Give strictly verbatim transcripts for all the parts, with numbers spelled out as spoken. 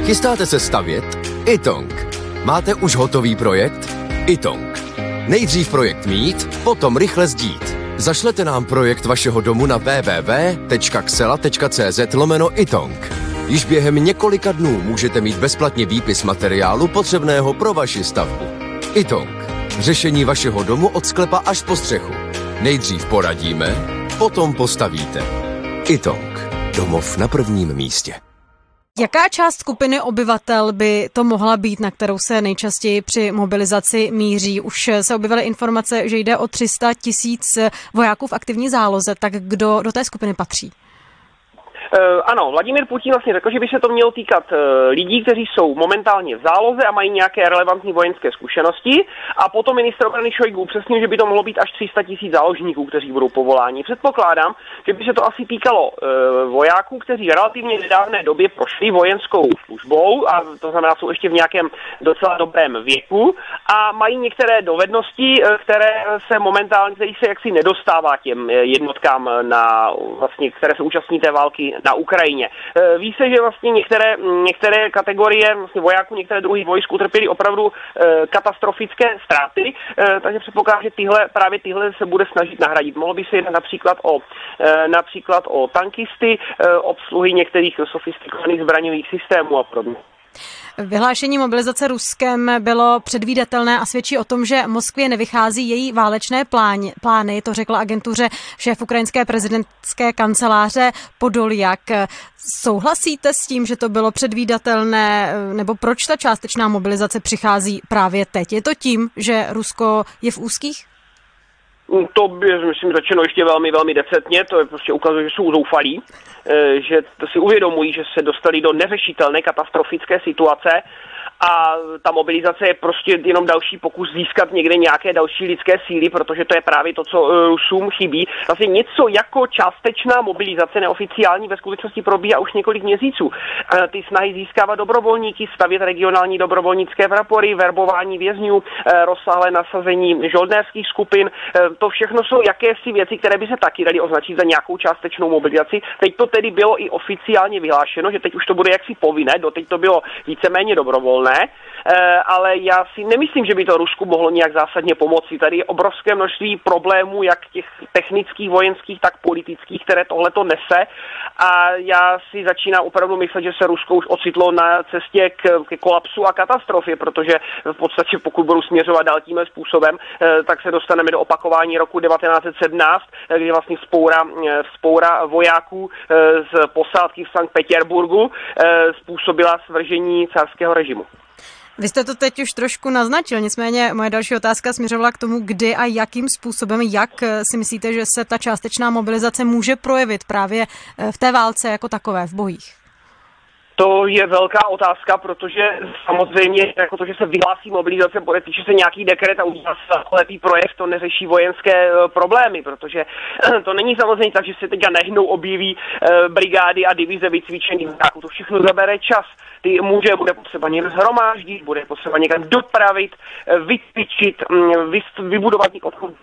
Chystáte se stavět? Itong. Máte už hotový projekt? Itong. Nejdřív projekt mít, potom rychle sdít. Zašlete nám projekt vašeho domu na w w w tečka xela tečka c z lomeno Itong. Již během několika dnů můžete mít bezplatně výpis materiálu potřebného pro vaši stavbu. Itong. Řešení vašeho domu od sklepa až po střechu. Nejdřív poradíme, potom postavíte. Itong. Domov na prvním místě. Jaká část skupiny obyvatel by to mohla být, na kterou se nejčastěji při mobilizaci míří? Už se objevily informace, že jde o tři sta tisíc vojáků v aktivní záloze, tak kdo do té skupiny patří? Ano, Vladimír Putin vlastně řekl, že by se to mělo týkat lidí, kteří jsou momentálně v záloze a mají nějaké relevantní vojenské zkušenosti, a potom ministr obrany Šojgu upřesnil, že by to mohlo být až tři sta tisíc záložníků, kteří budou povoláni. Předpokládám, že by se to asi týkalo vojáků, kteří v relativně nedávné době prošli vojenskou službou, a to znamená, jsou ještě v nějakém docela dobrém věku a mají některé dovednosti, které se momentálně, který se jaksi nedostává těm jednotkám, na, vlastně, které se účastní té války na Ukrajině. Ví se, že vlastně některé, některé kategorie vlastně vojáků, některé druhy vojsk utrpěly opravdu katastrofické ztráty, takže předpokládám, že tyhle, právě tyhle se bude snažit nahradit. Mohlo by se jednat například o, například o tankisty, obsluhy některých sofistikovaných zbraňových systémů a podobně. Vyhlášení mobilizace Ruskem bylo předvídatelné a svědčí o tom, že Moskvě nevychází její válečné plány. plány. To řekla agentuře šéf ukrajinské prezidentské kanceláře Podoljak. Souhlasíte s tím, že to bylo předvídatelné, nebo proč ta částečná mobilizace přichází právě teď? Je to tím, že Rusko je v úzkých? To by, myslím, řečeno ještě velmi, velmi decentně, to je prostě ukazuje, že jsou zoufalí, že si uvědomují, že se dostali do neřešitelné katastrofické situace a ta mobilizace je prostě jenom další pokus získat někde nějaké další lidské síly, protože to je právě to, co Rusům chybí. Vlastně něco jako částečná mobilizace neoficiální ve skutečnosti probíhá už několik měsíců. Ty snahy získávat dobrovolníky, stavět regionální dobrovolnické prapory, verbování vězňů, rozsáhlé nasazení žoldnéřských skupin, to všechno jsou jakési věci, které by se taky daly označit za nějakou částečnou mobilizaci. Teď to tedy bylo i oficiálně vyhlášeno, že teď už to bude jaksi povinné, doteď to bylo víceméně dobrovolné. Ne, ale já si nemyslím, že by to Rusku mohlo nějak zásadně pomoci. Tady je obrovské množství problémů, jak těch technických, vojenských, tak politických, které tohleto nese, a já si začínám opravdu myslet, že se Rusko už ocitlo na cestě k, k kolapsu a katastrofě, protože v podstatě pokud budou směřovat dál tím způsobem, tak se dostaneme do opakování roku devatenáct set sedmnáct, kdy vlastně vzpoura, vzpoura vojáků z posádky v Sankt Petěrburgu způsobila svržení carského režimu. Vy jste to teď už trošku naznačil, nicméně moje další otázka směřovala k tomu, kdy a jakým způsobem, jak si myslíte, že se ta částečná mobilizace může projevit právě v té válce jako takové, v bojích? To je velká otázka, protože samozřejmě jako to, že se vyhlásí mobilizace, podepíše se nějaký dekret a udělá se lepý projekt, to neřeší vojenské problémy, protože to není samozřejmě tak, že se teďka nehnou objeví brigády a divize vycvičených vojáků. To všechno zabere čas. Ty muže bude potřeba někde shromáždit, bude potřeba někam dopravit, vycvičit, vybudovat odchod.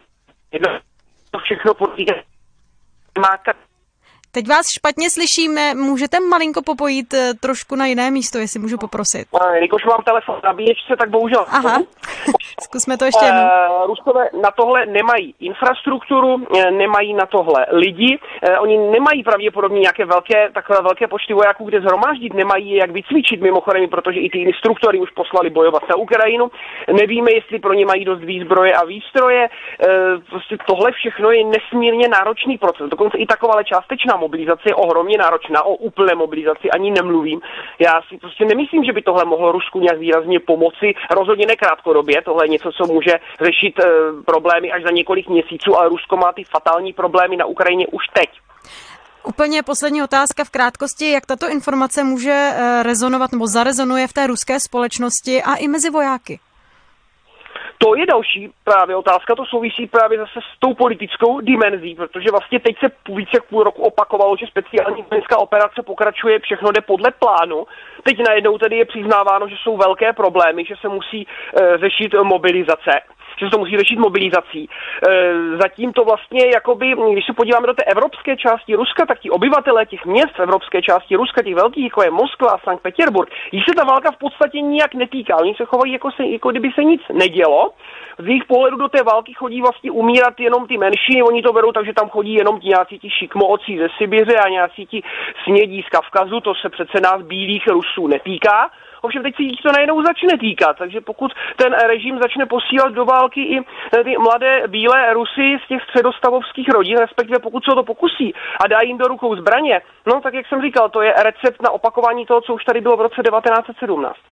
To všechno podle má. Teď vás špatně slyšíme, můžete malinko popojit trošku na jiné místo, jestli můžu poprosit. Jelikož mám telefon na nabíječce, tak bohužel. Aha, zkusme to ještě jednou. Uh, Rusové na tohle nemají infrastrukturu, nemají na tohle lidi, uh, oni nemají pravděpodobně nějaké velké, takové velké počty vojáků, kde zhromáždit, nemají jak vycvičit mimochodem, protože i ty instruktory už poslali bojovat na Ukrajinu. Nevíme, jestli pro ně mají dost výzbroje a výstroje. Uh, prostě tohle všechno je nesmírně náročný proces. Dokonce i taková částečná mobilizace je ohromně náročná, o úplné mobilizaci ani nemluvím. Já si prostě nemyslím, že by tohle mohlo Rusku nějak výrazně pomoci, rozhodně ne krátkodobě, tohle je něco, co může řešit e, problémy až za několik měsíců, ale Rusko má ty fatální problémy na Ukrajině už teď. Úplně poslední otázka v krátkosti, jak tato informace může rezonovat nebo zarezonuje v té ruské společnosti a i mezi vojáky? To je další právě otázka, to souvisí právě zase s tou politickou dimenzí, protože vlastně teď se více jak půl roku opakovalo, že speciální vojenská operace pokračuje, všechno jde podle plánu. Teď najednou tedy je přiznáváno, že jsou velké problémy, že se musí e, řešit mobilizace. že se to musí řešit mobilizací. Zatím to vlastně, jakoby, když se podíváme do té evropské části Ruska, tak ti obyvatelé těch měst v evropské části Ruska, těch velkých, jako je Moskva a Sankt Petěrburg, jich se ta válka v podstatě nijak netýká. Oni se chovají, jako, se, jako kdyby se nic nedělo. Z jejich pohledu do té války chodí vlastně umírat jenom ty menšiny, oni to berou, takže tam chodí jenom ti nějací ti šikmoocí ze Sibiře a nějací ti snědí z Kavkazu, to se přece nás bílých Rusů netýká. Ovšem teď se jich to najednou začne týkat, takže pokud ten režim začne posílat do války i ty mladé bílé Rusy z těch středostavovských rodin, respektive pokud se o to pokusí a dá jim do rukou zbraně, no tak jak jsem říkal, to je recept na opakování toho, co už tady bylo v roce devatenáct set sedmnáct.